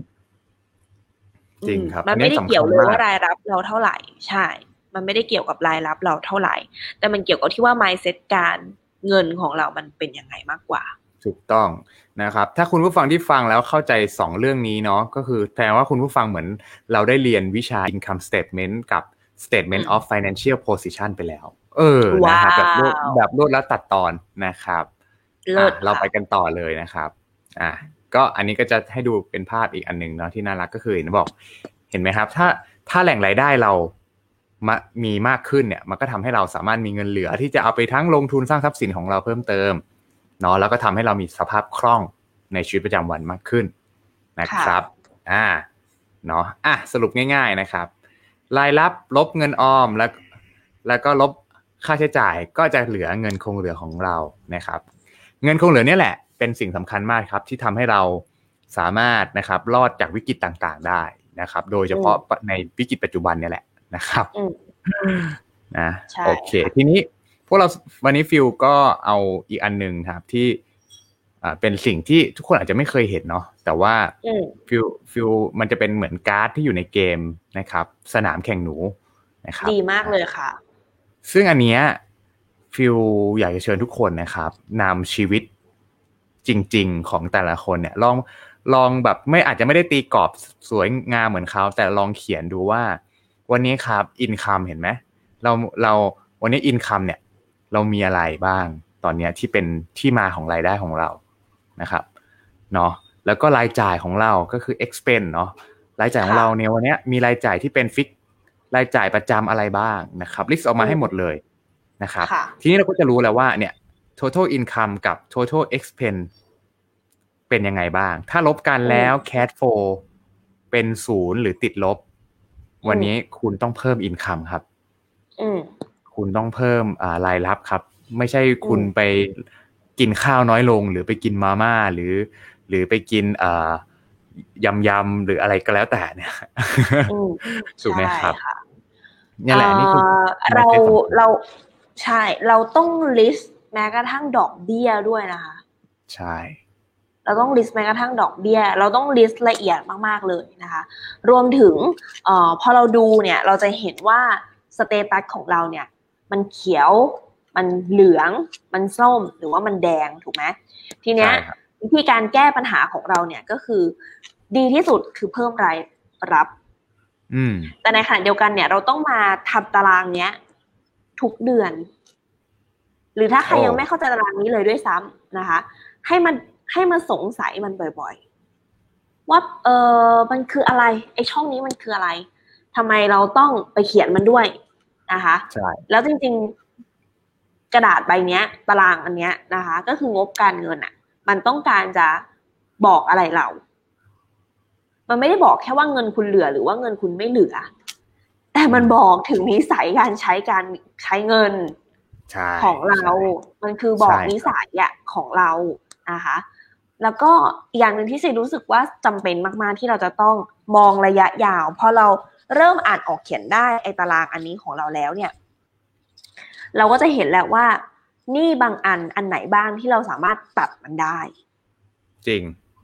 จริงครับมันไม่ได้เกี่ยวเลยว่ารายรับเราเท่าไหร่ใช่มันไม่ได้เกี่ยวกับรายรับเราเท่าไหร่แต่มันเกี่ยวกับที่ว่า mindset การเงินของเรามันเป็นยังไงมากกว่าถูกต้องนะครับถ้าคุณผู้ฟังที่ฟังแล้วเข้าใจสองเรื่องนี้เนาะก็คือแปลว่าคุณผู้ฟังเหมือนเราได้เรียนวิชา income statement กับ statement of financial position ไปแล้วเออนะครับแบบแบบรวดแล้วตัดตอนนะครับเราไปกันต่อเลยนะครับอ่ะก็อันนี้ก็จะให้ดูเป็นภาพอีกอันนึงเนาะที่น่ารักก็คือเห็นบอกเห็นไหมครับถ้าถ้าแหล่งรายได้เรามามีมากขึ้นเนี่ยมันก็ทำให้เราสามารถมีเงินเหลือที่จะเอาไปทั้งลงทุนสร้างทรัพย์สินของเราเพิ่มเติมเนาะแล้วก็ทำให้เรามีสภาพคล่องในชีวิตประจำวันมากขึ้นนะครับอ่าเนาะอ่ะสรุปง่ายๆนะครับรายรับลบเงินออมแล้วแล้วก็ลบค่าใช้จ่ายก็จะเหลือเงินคงเหลือของเรานะครับเงินคงเหลือเนี่ยแหละเป็นสิ่งสำคัญมากครับที่ทำให้เราสามารถนะครับรอดจากวิกฤตต่างๆได้นะครับโดยเฉพาะในวิกฤตปัจจุบันเนี่ยแหละนะครับนะโอเคทีนี้พวกเราวันนี้ฟิลก็เอาอีกอันนึงครับที่อ่าเป็นสิ่งที่ทุกคนอาจจะไม่เคยเห็นเนาะแต่ว่าฟิลฟิลมันจะเป็นเหมือนการ์ดที่อยู่ในเกมนะครับสนามแข่งหนูนะครับดีมากเลยค่ะซึ่งอันเนี้ยฟิลอยากจะเชิญทุกคนนะครับนำชีวิตจริงๆของแต่ละคนเนี่ยลองลองแบบไม่อาจจะไม่ได้ตีกรอบสวยงามเหมือนเขาแต่ลองเขียนดูว่าวันนี้ครับอินคัมเห็นไหมเราเราวันนี้อินคัมเนี่ยเรามีอะไรบ้างตอนนี้ที่เป็นที่มาของรายได้ของเรานะครับเนาะแล้วก็รายจ่ายของเราก็คือ expense เนาะรายจ่ายของเราเนี่ยวันนี้มีรายจ่ายที่เป็นฟิกรายจ่ายประจำอะไรบ้างนะครับลิสต์ออกมาให้หมดเลยนะครับทีนี้เราก็จะรู้แล้วว่าเนี่ย total income กับ total expense เป็นยังไงบ้างถ้าลบกันแล้ว cash flow เป็นศูนย์หรือติดลบวันนี้คุณต้องเพิ่ม income ครับคุณต้องเพิ่มอ่ารายรับครับไม่ใช่คุณไปกินข้าวน้อยลงหรือไปกินมาม่าหรือหรือไปกินอ่ายำยำหรืออะไรก็แล้วแต่เนี่ยถูกไหมครับนี่แหละนี่คือเราเราใช่เราต้อง list แม้กระทั่งดอกเบี้ยด้วยนะคะใช่เราต้อง list แม้กระทั่งดอกเบี้ยเราต้อง list ละเอียดมากๆเลยนะคะรวมถึงเอ่อพอเราดูเนี่ยเราจะเห็นว่าสเตตัสของเราเนี่ยมันเขียวมันเหลืองมันส้มหรือว่ามันแดงถูกไหมทีเนี้ยวิธีการแก้ปัญหาของเราเนี่ยก็คือดีที่สุดคือเพิ่มรายรับแต่ในขณะเดียวกันเนี่ยเราต้องมาทำตารางเนี้ยทุกเดือนหรือถ้าใครยังไม่เข้าใจตารางนี้เลยด้วยซ้ำนะคะให้มันให้มันสงสัยมันบ่อยๆว่าเออมันคืออะไรไอ้ช่องนี้มันคืออะไรทำไมเราต้องไปเขียนมันด้วยนะคะใช่แล้วจริงๆกระดาษใบเนี้ยตารางอันเนี้ยนะคะก็คืองบการเงินอ่ะมันต้องการจะบอกอะไรเรามันไม่ได้บอกแค่ว่าเงินคุณเหลือหรือว่าเงินคุณไม่เหลือแต่มันบอกถึงนิสัยการใช้การใช้เงินของเรามันคือบอกนิสัยอะของเรานะคะแล้วก็อย่างหนึ่งที่ซีรู้สึกว่าจำเป็นมากๆที่เราจะต้องมองระยะยาวพอเราเริ่มอ่านออกเขียนได้ไอ้ตารางอันนี้ของเราแล้วเนี่ยเราก็จะเห็นแล้วว่านี่บางอันอันไหนบ้างที่เราสามารถตัดมันได้จริงน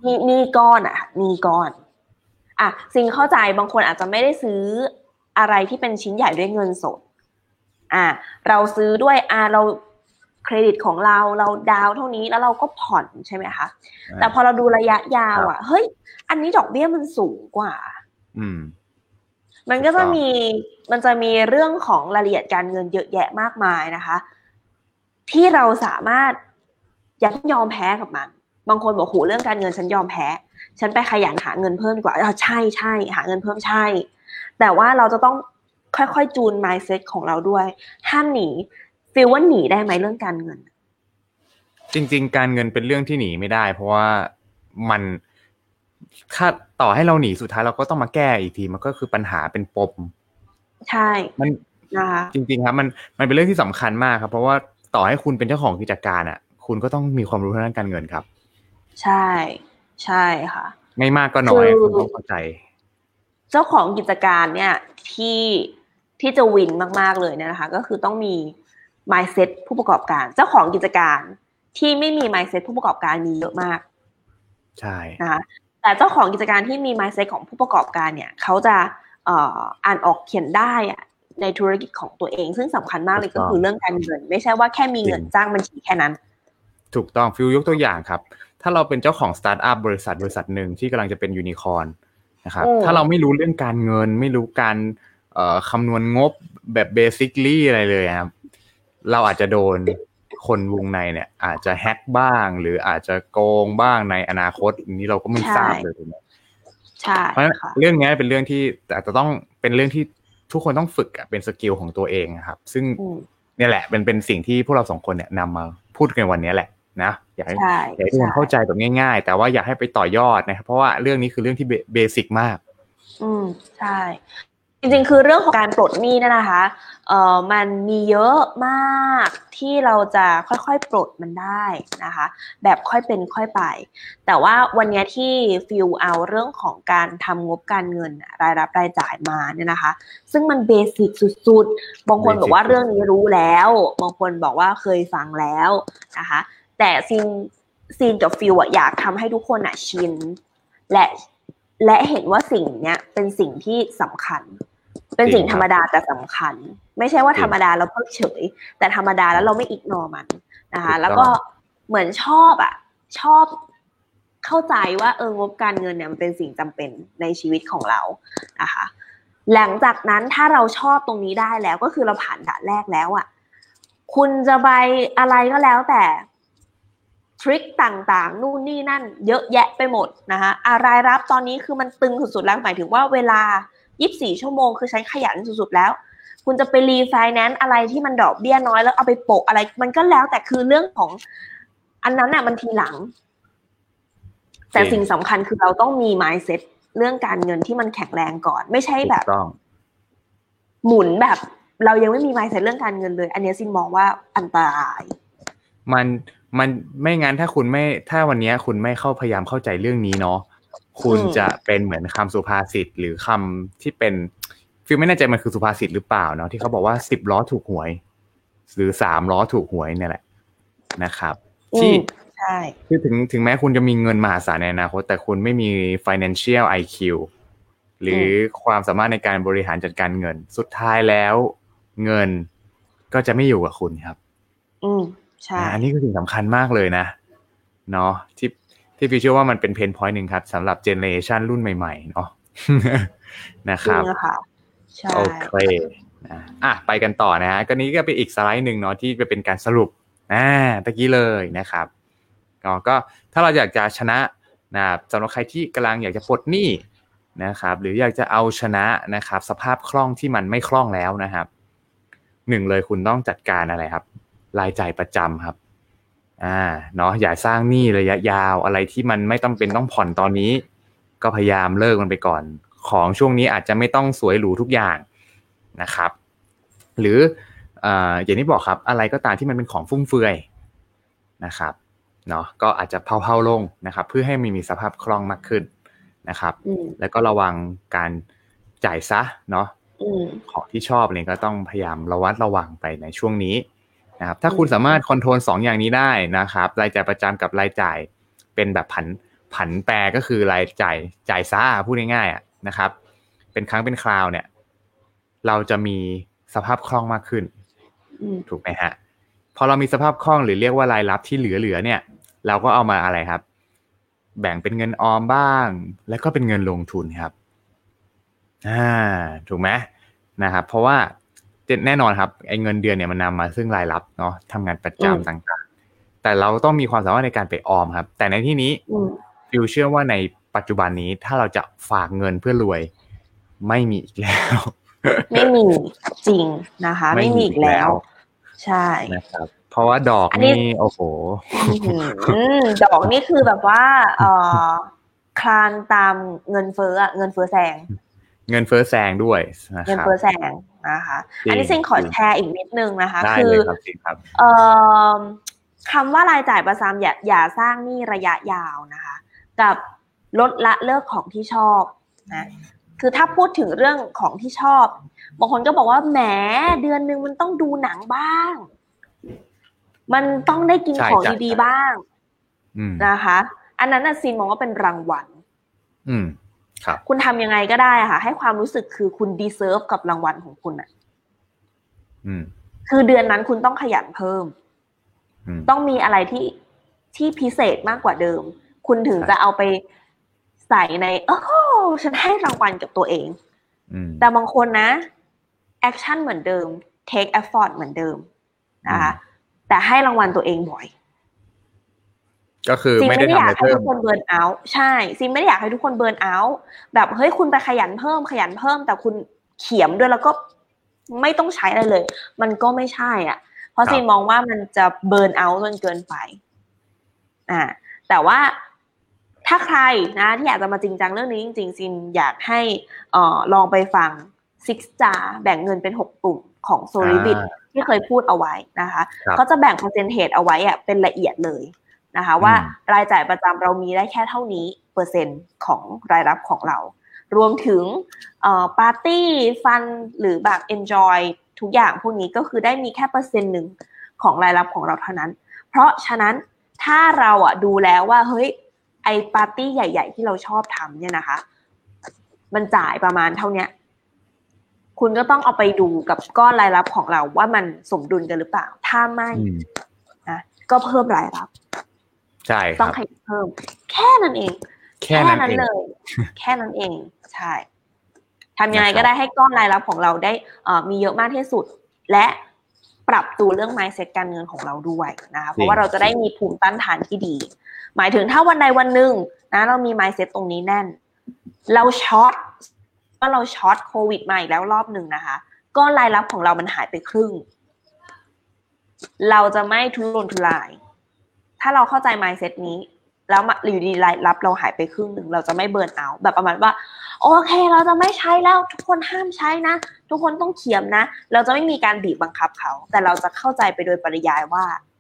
นี่นี่ก้อนอ่ะนี่ก้อนอ่ะซิงเข้าใจบางคนอาจจะไม่ได้ซื้ออะไรที่เป็นชิ้นใหญ่ด้วยเงินสดอ่ะเราซื้อด้วยอ่ะเราเครดิตของเราเราดาวเท่านี้แล้วเราก็ผ่อนใช่ไหมคะแต่พอเราดูระยะยาวอ่ะเฮ้ยอันนี้ดอกเบี้ยมันสูงกว่าอืมมันก็จะมีมันจะมีเรื่องของรายละเอียดการเงินเยอะแยะมากมายนะคะที่เราสามารถอย่าต้องยอมแพ้กับมันบางคนบอกโหเรื่องการเงินฉันยอมแพ้ฉันไปขยันหาเงินเพิ่มดีกว่าอ๋อใช่ใช่หาเงินเพิ่มใช่แต่ว่าเราจะต้องค่อยๆจูน mindset ของเราด้วยห้ามหนีฟีลว่าหนีได้ไหมเรื่องการเงินจริงๆการเงินเป็นเรื่องที่หนีไม่ได้เพราะว่ามันถ้าต่อให้เราหนีสุดท้ายเราก็ต้องมาแก้อีกทีมันก็คือปัญหาเป็นปมใช่มันนะคะจริงๆครับมันมันเป็นเรื่องที่สำคัญมากครับเพราะว่าต่อให้คุณเป็นเจ้าของกิจการอ่ะคุณก็ต้องมีความรู้ทางด้านการเงินครับใช่ใช่ค่ะไม่มากก็น้อยคุณต้องเข้าใจเจ้าของกิจการเนี่ยที่ที่จะวินมากๆเลยเนี่ยนะคะก็คือต้องมี mindset ผู้ประกอบการเจ้าของกิจการที่ไม่มี mindset ผู้ประกอบการมีเยอะมากใช่นะคะแต่เจ้าของกิจการที่มี mindset ของผู้ประกอบการเนี่ยเขาจะเอ่ออ่านออกเขียนได้อะในธุรกิจของตัวเองซึ่งสำคัญมากเลยก็คือเรื่องการเงินไม่ใช่ว่าแค่มีเงินจ้างบัญชีแค่นั้นถูกต้องฟิลยกตัวอย่างครับถ้าเราเป็นเจ้าของสตาร์ทอัพบริษัทบริษัทหนึ่งที่กำลังจะเป็นยูนิคอร์นนะครับถ้าเราไม่รู้เรื่องการเงินไม่รู้การเอ่อคำนวณงบแบบเบสิคลี่อะไรเลยครับเราอาจจะโดนคนวงในเนี่ยอาจจะแฮ็กบ้างหรืออาจจะโกงบ้างในอนาคตนี้เราก็ไม่ทราบเลยใช่เพราะเรื่องนี้เป็นเรื่องที่แต่จะต้องเป็นเรื่องที่ทุกคนต้องฝึกเป็นสกิลของตัวเองครับซึ่งเนี่ยแหละเป็นเป็นสิ่งที่พวกเราสองคนเนี่ยนำมาพูดกันวันนี้แหละนะอยากให้อยากให้ทุกคนเข้าใจแบบง่ายๆแต่ว่าอยากให้ไปต่อยอดนะครับเพราะว่าเรื่องนี้คือเรื่องที่เบสิกมากอืมใช่จริงๆคือเรื่องของการปลดหนี้เนี่ยนะคะเอ่อมันมีเยอะมากที่เราจะค่อยๆปลดมันได้นะคะแบบค่อยเป็นค่อยไปแต่ว่าวันนี้ที่ฟิลเอาเรื่องของการทำงบการเงินรายรับรายจ่ายมาเนี่ยนะคะซึ่งมันเบสิกสุดๆบางคนบอกว่าเรื่องนี้รู้แล้วบางคนบอกว่าเคยฟังแล้วนะคะแต่ซีนซีนกับฟิลอะอยากทำให้ทุกคนอะชินและและเห็นว่าสิ่งเนี้ยเป็นสิ่งที่สำคัญเป็นสิ่งธรรมดาแต่สำคัญไม่ใช่ว่าธรรมดาแล้วเพิกเฉยแต่ธรรมดาแล้วเราไม่อิกนอมันนะคะแล้วก็เหมือนชอบอ่ะชอบเข้าใจว่าเอองบการเงินเนี่ยมันเป็นสิ่งจำเป็นในชีวิตของเรานะคะหลังจากนั้นถ้าเราชอบตรงนี้ได้แล้วก็คือเราผ่านด่านแรกแล้วอ่ะคุณจะไปอะไรก็แล้วแต่ทริคต่างๆนู่นนี่นั่นเยอะแยะไปหมดนะคะรายรับตอนนี้คือมันตึงสุดๆแล้วหมายถึงว่าเวลายี่สิบสี่ชั่วโมงคือใช้ขยันสุดๆแล้วคุณจะไปรีไฟแนนซ์อะไรที่มันดอกเบี้ยน้อยแล้วเอาไปโปะอะไรมันก็แล้วแต่คือเรื่องของอันนั้นน่ะมันทีหลังแต่สิ่งสำคัญคือเราต้องมี mindset เรื่องการเงินที่มันแข็งแรงก่อนไม่ใช่แบบหมุนแบบเรายังไม่มี mindset เรื่องการเงินเลยอันนี้ซินมองว่าอันตรายมันมันไม่งั้นถ้าคุณไม่ถ้าวันนี้คุณไม่เข้าพยายามเข้าใจเรื่องนี้เนาะคุณจะเป็นเหมือนคำสุภาษิตหรือคำที่เป็นฟิลไม่แน่ใจมันคือสุภาษิตหรือเปล่าเนาะที่เขาบอกว่าสิบล้อถูกหวยหรือสามล้อถูกหวยเนี่ยแหละนะครับที่ใช่คือถึงถึงแม้คุณจะมีเงินมหาศาลในอนาคตแต่คุณไม่มี financial ไอ คิว หรือความสามารถในการบริหารจัดการเงินสุดท้ายแล้วเงินก็จะไม่อยู่กับคุณครับอืมใช่อันนี้คือสิ่งสำคัญมากเลยนะเนาะที่ที่พี่เชื่อว่ามันเป็นเพนพอยต์นึงครับสำหรับเจเนอเรชันรุ่นใหม่ๆเนาะนะครับโอเคนะอ่ะไปกันต่อนะฮะก็นี้ก็เป็นอีกสไลด์นึงเนาะที่จะเป็นการสรุปอ่าตะกี้เลยนะครับก็ก็ถ้าเราอยากจะชนะนะครับสำหรับใครที่กำลังอยากจะปลดหนี้นะครับหรืออยากจะเอาชนะนะครับสภาพคล่องที่มันไม่คล่องแล้วนะครับหนึ่งเลยคุณต้องจัดการอะไรครับรายจ่ายประจำครับอ่าเนาะอย่าสร้างหนี้ระยะยาวอะไรที่มันไม่ต้องเป็นต้องผ่อนตอนนี้ก็พยายามเลิกมันไปก่อนของช่วงนี้อาจจะไม่ต้องสวยหรูทุกอย่างนะครับหรืออ่าอย่างที่บอกครับอะไรก็ตามที่มันเป็นของฟุ่มเฟือยนะครับเนาะก็อาจจะเผาๆลงนะครับเพื่อให้มันมีสภาพคล่องมากขึ้นนะครับแล้วก็ระวังการจ่ายซะเนาะของที่ชอบเนี่ยก็ต้องพยายามระวัดระวังไปในช่วงนี้นะครับถ้าคุณสามารถคอนโทรลสองอย่างนี้ได้นะครับรายจ่ายประจำกับรายจ่ายเป็นแบบผันผันแปรก็คือรายจ่ายจ่ายซ่าพูดง่ายๆอ่ะนะครับเป็นครั้งเป็นคราวเนี่ยเราจะมีสภาพคล่องมากขึ้นถูกไหมฮะพอเรามีสภาพคล่องหรือเรียกว่ารายรับที่เหลือๆเนี่ยเราก็เอามาอะไรครับแบ่งเป็นเงินออมบ้างแล้วก็เป็นเงินลงทุนครับอ่าถูกไหมนะครับเพราะว่าแน่นอนครับไอ้เงินเดือนเนี่ยมันนำมาซึ่งรายรับเนาะทำงานประจำต่างๆแต่เราต้องมีความสามารถในการไปออมครับแต่ในที่นี้ฟิวเชื่อว่าในปัจจุบันนี้ถ้าเราจะฝากเงินเพื่อรวยไม่มีอีกแล้วไม่มีจริงนะคะไม่มีอีกแล้วใช่นะครับเพราะว่าดอกนี่โอ้โหดอกนี่คือแบบว่าเอ่อคลานตามเงินเฟ้ออะเงินเฟ้อแซงเงินเฟ้อแซงด้วยนะครับเงินเฟ้อแซงนะคะอันนี้ซิงขอแชร์อีกนิดนึงนะคะคือเอ่อคำว่ารายจ่ายประจำอย่าอย่าสร้างหนี้ระยะยาวนะคะกับลดละเลิกของที่ชอบนะคือถ้าพูดถึงเรื่องของที่ชอบบางคนก็บอกว่าแหมเดือนนึงมันต้องดูหนังบ้างมันต้องได้กินของดีๆบ้างนะคะอันนั้นน่ะซินมองว่าเป็นรางวัลอืมครับคุณทำยังไงก็ได้ค่ะให้ความรู้สึกคือคุณ deserve กับรางวัลของคุณอ่ะอืมคือเดือนนั้นคุณต้องขยันเพิ่มต้องมีอะไรที่ที่พิเศษมากกว่าเดิมคุณถึงจะเอาไปใส่ในโอ้ฉันให้รางวัลกับตัวเองแต่บางคนนะแอคชั่นเหมือนเดิม take effort เหมือนเดิมนะคะแต่ให้รางวัลตัวเองบ่อยก็คือไม่ได้ทำอะไรเพิ่มซิมไม่ได้อยากให้ทุกคนเบิร์นเอาท์ใช่ซิมไม่ได้อยากให้ทุกคนเบิร์นเอาท์แบบเฮ้ยคุณไปขยันเพิ่มขยันเพิ่มแต่คุณเขียมด้วยแล้วก็ไม่ต้องใช้อะไรเลยมันก็ไม่ใช่อ่ะเพราะซิมมองว่ามันจะเบิร์นเอาท์จนเกินไปอ่าแต่ว่าถ้าใครนะที่อยากจะมาจริงจังเรื่องนี้จริงๆซิมอยากให้เอ่อลองไปฟังซิกจาแบ่งเงินเป็นหกกลุ่มของโซลิบิทที่เคยพูดเอาไว้นะคะเขาจะแบ่งเปอร์เซ็นเทจเอาไว้อ่ะเป็นละเอียดเลยนะคะว่ารายจ่ายประจำเรามีได้แค่เท่านี้เปอร์เซ็นต์ของรายรับของเรารวมถึงเอ่อปาร์ตี้ฟันหรือแบบ enjoy ทุกอย่างพวกนี้ก็คือได้มีแค่เปอร์เซ็นต์หนึ่งของรายรับของเราเท่านั้นเพราะฉะนั้นถ้าเราอ่ะดูแล้วว่าเฮ้ยไอปาร์ตี้ใหญ่ๆที่เราชอบทำเนี่ยนะคะมันจ่ายประมาณเท่านี้คุณก็ต้องเอาไปดูกับก้อนรายรับของเราว่ามันสมดุลกันหรือเปล่าถ้าไม่นะก็เพิ่มรายรับใช่ต้องขยันเพิ่มแค่นั้นเองแค่นั้นเลยแค่นั้นเองใช่ทำยังไงก็ได้ให้ก้อนรายรับของเราได้มีเยอะมากที่สุดและปรับตัวเรื่อง mindset การเงินของเราด้วยนะคะเพราะว่าเราจะได้มีภูมิต้านทานที่ดีหมายถึงถ้าวันใดวันหนึ่งนะเรามี mindset ตรงนี้แน่นเราช็อตว่าเราช็อตโควิดมาอีกแล้วรอบหนึ่งนะคะก้อนรายรับของเรามันหายไปครึ่งเราจะไม่ทุรนทุรายถ้าเราเข้าใจ mindset นี้แล้วอยู่ดีรายรับเราหายไปครึ่งหนึ่งเราจะไม่เบิร์นเอาท์แบบประมาณว่าโอเคเราจะไม่ใช้แล้วทุกคนห้ามใช้นะทุกคนต้องเขียมนะเราจะไม่มีการบีบบังคับเขาแต่เราจะเข้าใจไปโดยปริยายว่า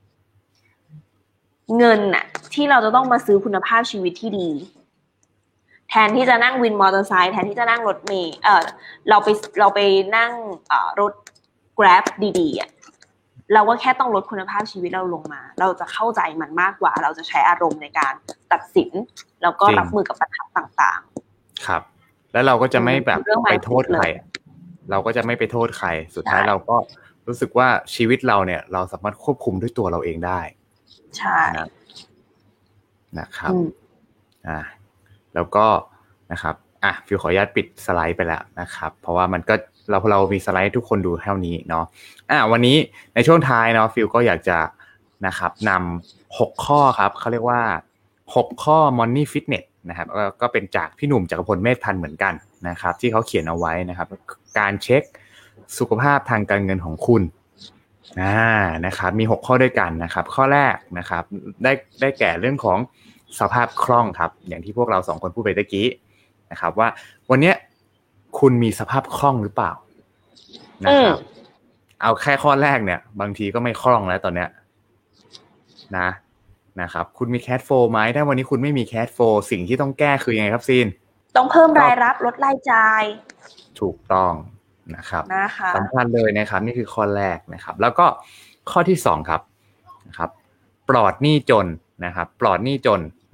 เงินน่ะที่เราจะต้องมาซื้อคุณภาพชีวิตที่ดีแทนที่จะนั่งวินมอเตอร์ไซค์แทนที่จะนั่งรถเมล์เออเราไปเราไปนั่งเอ่อรถ Grab ดีๆอ่ะเราก็แค่ต้องลดคุณภาพชีวิตเราลงมาเราจะเข้าใจมันมากกว่าเราจะใช้อารมณ์ในการตัดสินแล้วก็รับมือกับปัญหาต่างๆครับแล้วเราก็จะไม่แบบไปโทษใครเราก็จะไม่ไปโทษใครสุดท้ายเราก็รู้สึกว่าชีวิตเราเนี่ยเราสามารถควบคุมด้วยตัวเราเองได้ใช่นะครับอ่าแล้วก็นะครับอ่ะฟิวขออนุญาตปิดสไลด์ไปแล้วนะครับเพราะว่ามันก็เราเรามีสไลด์ทุกคนดูเท่านี้เนาะอ่ะวันนี้ในช่วงท้ายเนาะฟิวก็อยากจะนะครับนำหกข้อครับเขาเรียกว่าหกข้อ Money Fitness นะครับก็เป็นจากพี่หนุ่มจักรพลเมธพันธ์เหมือนกันนะครับที่เขาเขียนเอาไว้นะครับการเช็คสุขภาพทางการเงินของคุณอ่านะครับมีหกข้อด้วยกันนะครับข้อแรกนะครับได้ได้แก่เรื่องของสภาพคล่องครับอย่างที่พวกเราสองคนพูดไปตะกี้นะครับว่าวันนี้คุณมีสภาพคล่องหรือเปล่านะครับเอาแค่ข้อแรกเนี่ยบางทีก็ไม่คล่องแล้วตอนเนี้ยนะนะครับคุณมีแคชโฟลว์ไหมถ้าวันนี้คุณไม่มีแคชโฟลว์สิ่งที่ต้องแก้คือยังไงครับซีนต้องเพิ่มรายรับลดรายจ่ายถูกต้องนะครับนะคะสำคัญเลยนะครับนี่คือข้อแรกนะครับแล้วก็ข้อที่สองครับนะครับปลอดหนี้จนนะครับปลอดหนี้จน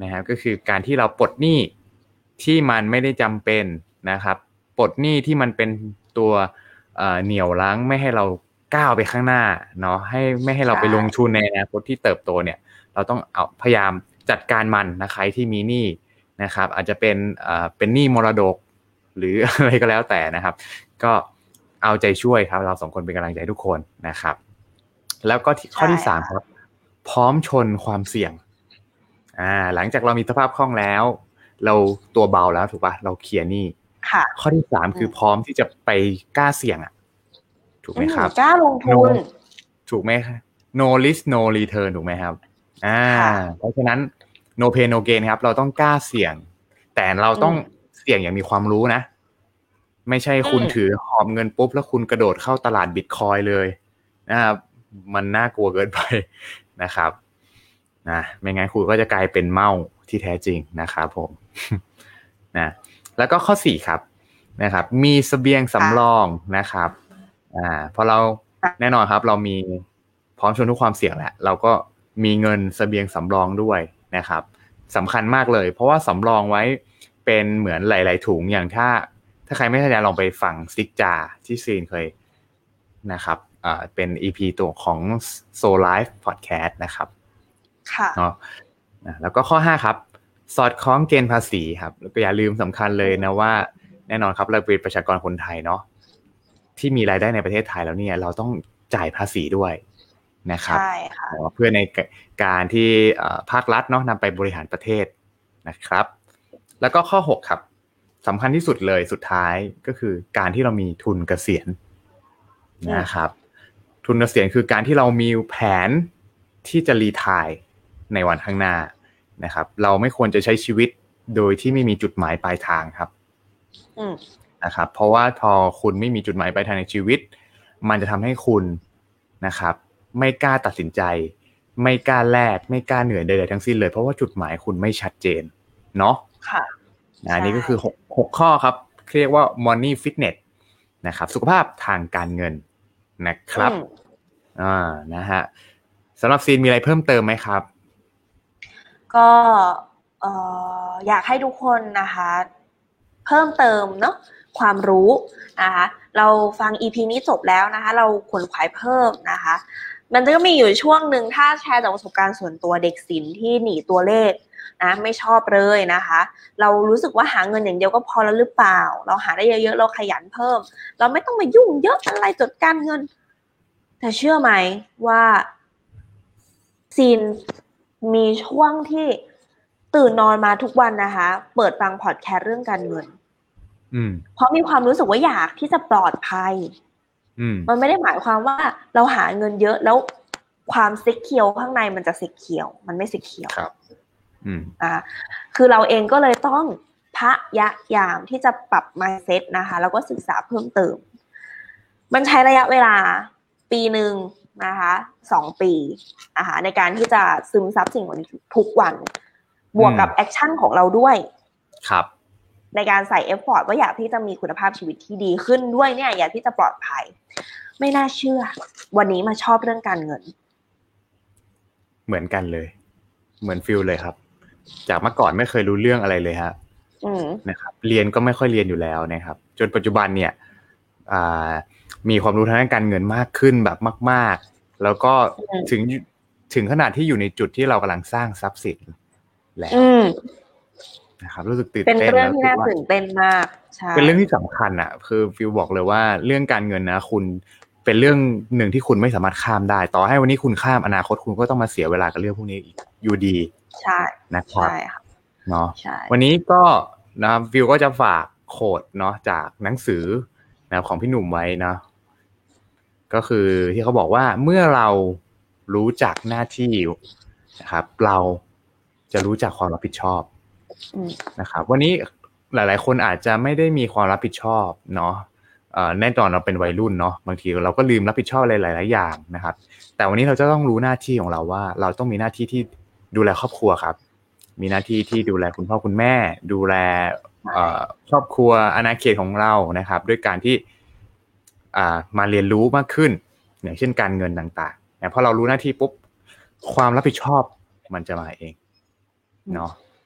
นะครับก็คือการที่เราปลดหนี้ที่มันไม่ได้จำเป็นนะครับปลดหนี้ที่มันเป็นตัวเอ่อเหนี่ยวรั้งไม่ให้เราก้าวไปข้างหน้าเนาะให้ไม่ให้เราไปลงทุนในอนาคตที่เติบโตเนี่ยเราต้องเอาพยายามจัดการมันนะใครที่มีหนี้นะครับอาจจะเป็นเอ่อเป็นหนี้มรดกหรืออะไรก็แล้วแต่นะครับก็เอาใจช่วยครับเราสองคนเป็นกำลังใจทุกคนนะครับแล้วก็ข้อที่สามครับพร้อมชนความเสี่ยงอ่าหลังจากเรามีสภาพคล่องแล้วเราตัวเบาแล้วถูกป่ะเราเคลียร์หนี้ข้อที่สามคือพร้อมที่จะไปกล้าเสี่ยงอ่ะถูกไหมครับกล้าลงทุน no, ถูกไหม no risk no return ถูกไหมครับอ่าเพราะฉะนั้น no pain no gain ครับเราต้องกล้าเสี่ยงแต่เราต้องเสี่ยงอย่างมีความรู้นะไม่ใช่คุณถือหอบเงินปุ๊บแล้วคุณกระโดดเข้าตลาดบิตคอยน์เลยนะครับมันน่ากลัวเกินไปนะครับนะไม่งั้นคุณก็จะกลายเป็นเม่าที่แท้จริงนะครับผมนะแล้วก็ข้อสี่ครับนะครับมีเสบียงสำรองนะครับอ่าพอเราแน่นอนครับเรามีพร้อมชนทุกความเสี่ยงแหละเราก็มีเงินเสบียงสำรองด้วยนะครับสำคัญมากเลยเพราะว่าสำรองไว้เป็นเหมือนหลายๆถุงอย่างถ้าถ้าใครไม่ทันลองไปฟังซิกจาที่ซีนเคยนะครับอ่าเป็น อี พี ตัวของ Soul Life Podcast นะครับค่ะเนาะแล้วก็ข้อห้าครับสอดคล้องเกณฑ์ภาษีครับแล้วก็อย่าลืมสำคัญเลยนะว่าแน่นอนครับเราเป็นประชากรคนไทยเนาะที่มีรายได้ในประเทศไทยแล้วเนี่ยเราต้องจ่ายภาษีด้วยนะครับใช่ค่ะเพื่อในการที่ภาครัฐเนาะนำไปบริหารประเทศนะครับแล้วก็ข้อหกครับสำคัญที่สุดเลยสุดท้ายก็คือการที่เรามีทุนเกษียณนะครับทุนเกษียณคือการที่เรามีแผนที่จะรีไทร์ในวันข้างหน้านะครับเราไม่ควรจะใช้ชีวิตโดยที่ไม่มีจุดหมายปลายทางครับนะครับเพราะว่าพอคุณไม่มีจุดหมายปลายทางในชีวิตมันจะทำให้คุณนะครับไม่กล้าตัดสินใจไม่กล้าแลกไม่กล้าเหนื่อยใดๆทั้งสิ้นเลยเพราะว่าจุดหมายคุณไม่ชัดเจนเนาะค่ะอันนี้ก็คือหก หกข้อครับเรียกว่า money fitness นะครับสุขภาพทางการเงินนะครับอ่านะฮะสำหรับซีนมีอะไรเพิ่มเติมไหมครับก็เอ่ออยากให้ทุกคนนะคะเพิ่มเติมเนาะความรู้นะคะเราฟัง อี พี นี้จบแล้วนะคะเราขวนขวายเพิ่มนะคะมันก็มีอยู่ช่วงหนึ่งถ้าแชร์จากประสบการณ์ส่วนตัวเด็กศิลป์ที่หนีตัวเลขนะไม่ชอบเลยนะคะเรารู้สึกว่าหาเงินอย่างเดียวก็พอแล้วหรือเปล่าเราหาได้เยอะๆเราขยันเพิ่มเราไม่ต้องมายุ่งเยอะอะไรจดการเงินแต่เชื่อไหมว่าซีนมีช่วงที่ตื่นนอนมาทุกวันนะคะเปิดฟังพอดแคสต์เรื่องการเงินเพราะมีความรู้สึกว่าอยากที่จะปลอดภัยมันไม่ได้หมายความว่าเราหาเงินเยอะแล้วความเซ็กเคียวข้างในมันจะเซ็กเคียวมันไม่เซ็กเคียวครับอืมอ่าคือเราเองก็เลยต้องพยายามที่จะปรับ mindset นะคะแล้วก็ศึกษาเพิ่มเติมมันใช้ระยะเวลาปีหนึ่งนะคะสองปีนะคะในการที่จะซึมซับสิ่งเหล่านี้ทุกวันบวกกับแอคชั่นของเราด้วยครับในการใส่เอฟฟอร์ตว่าอยากที่จะมีคุณภาพชีวิตที่ดีขึ้นด้วยเนี่ยอยากที่จะปลอดภัยไม่น่าเชื่อวันนี้มาชอบเรื่องการเงินเหมือนกันเลยเหมือนฟิลเลยครับจากเมื่อก่อนไม่เคยรู้เรื่องอะไรเลยฮะนะครับเรียนก็ไม่ค่อยเรียนอยู่แล้วนะครับจนปัจจุบันเนี่ยมีความรู้ทางด้านการเงินมากขึ้นแบบมากๆแล้วก็ถึงถึงขนาดที่อยู่ในจุดที่เรากำลังสร้างทรัพย์สินแล้วนะครับรู้สึกตื่นเต้นเป็นเรื่องที่น่าตื่นเต้นมากใช่เป็นเรื่องที่สำคัญอ่ะคือฟิลบอกเลยว่าเรื่องการเงินนะคุณเป็นเรื่องหนึ่งที่คุณไม่สามารถข้ามได้ต่อให้วันนี้คุณข้ามอนาคตคุณก็ต้องมาเสียเวลากับเรื่องพวกนี้อยู่ดีใช่นะครับใช่ค่ะเนาะวันนี้ก็นะฟิลก็จะฝากโค้ดเนาะจากหนังสือนะของพี่หนุ่มไว้นะก็คือที่เขาบอกว่าเมื่อเรารู้จักหน้าที่นะครับเราจะรู้จักความรับผิดชอบนะครับวันนี้หลายๆคนอาจจะไม่ได้มีความรับผิดชอบเนาะแน่นอนเราเป็นวัยรุ่นเนาะบางทีเราก็ลืมรับผิดชอบอะไรหลายๆอย่างนะครับแต่วันนี้เราจะต้องรู้หน้าที่ของเราว่าเราต้องมีหน้าที่ที่ดูแลครอบครัวครับมีหน้าที่ที่ดูแลคุณพ่อคุณแม่ดูแลครอบครัวอาณาเขตของเรานะครับด้วยการที่มาเรียนรู้มากขึ้นอย่างเช่นการเงินต่างๆพอเรารู้หน้าที่ปุ๊บความรับผิดชอบมันจะมาเองเนาะ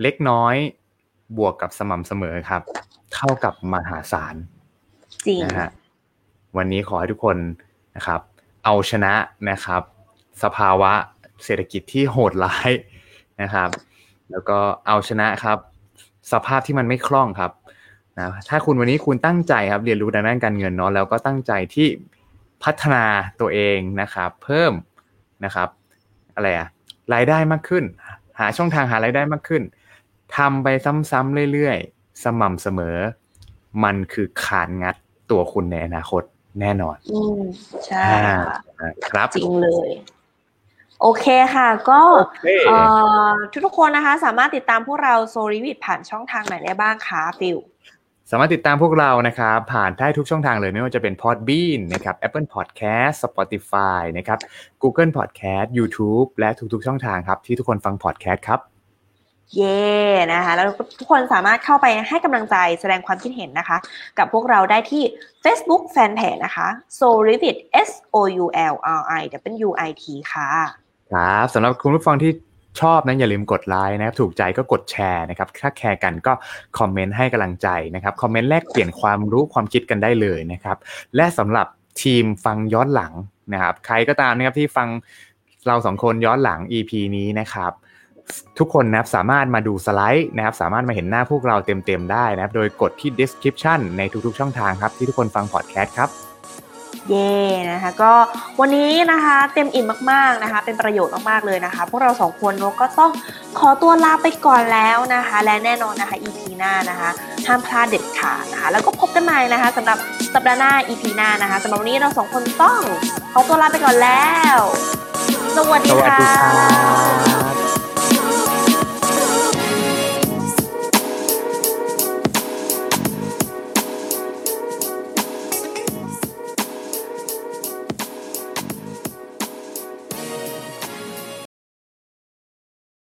เล็กน้อยบวกกับสม่ำเสมอครับเท่ากับมหาศาลจริงนะฮะวันนี้ขอให้ทุกคนนะครับเอาชนะนะครับสภาวะเศรษฐกิจที่โหดร้ายนะครับแล้วก็เอาชนะครับสภาพที่มันไม่คล่องครับนะถ้าคุณวันนี้คุณตั้งใจครับเรียนรู้ด้านการเงินเนาะแล้วก็ตั้งใจที่พัฒนาตัวเองนะครับเพิ่มนะครับอะไรอะรายได้มากขึ้นหาช่องทางหารายได้มากขึ้นทำไปซ้ำๆเรื่อยๆสม่ำเสมอมันคือขานงัดตัวคุณในอนาคตแน่นอนอืมใช่ค่ะครับจริงเลยโอเคค่ะก็ทุกๆคนนะคะสามารถติดตามพวกเรา Solivit ผ่านช่องทางไหนได้บ้างคะฟิลสามารถติดตามพวกเรานะครับผ่านได้ทุกช่องทางเลยไม่ว่าจะเป็น Podbean นะครับ Apple Podcast Spotify นะครับ Google Podcast YouTube และทุกๆช่องทางครับที่ทุกคนฟัง podcast ครับเย่นะคะแล้วทุกคนสามารถเข้าไปให้กำลังใจแสดงความคิดเห็นนะคะกับพวกเราได้ที่ Facebook Fanpage นะคะ Solivit S O U L R I W I T ค่ะครับสำหรับคุณผู้ฟังที่ชอบนะอย่าลืมกดไลค์นะครับถูกใจก็กดแชร์นะครับถ้าแชร์กันก็คอมเมนต์ให้กำลังใจนะครับคอมเมนต์แลกเปลี่ยนความรู้ความคิดกันได้เลยนะครับและสำหรับทีมฟังย้อนหลังนะครับใครก็ตามนะครับที่ฟังเราสองคนย้อนหลัง อี พี นี้นะครับทุกคนนะครับสามารถมาดูสไลด์นะครับสามารถมาเห็นหน้าพวกเราเต็มๆได้นะครับโดยกดที่ description ในทุกๆช่องทางครับที่ทุกคนฟังพอดแคสต์ครับเย่นะคะก็วันนี้นะคะเต็มอิ่มมากๆนะคะเป็นประโยชน์มากๆเลยนะคะพวกเราสองคนก็ต้องขอตัวลาไปก่อนแล้วนะคะและแน่นอนนะคะ อี พี หน้านะคะห้ามพลาดเด็ดขาดนะคะแล้วก็พบกันใหม่นะคะสำหรับสัปดาห์หน้า อี พี หน้านะคะสำหรับวันนี้เราสองคนต้องขอตัวลาไปก่อนแล้วสวัสดีค่ะ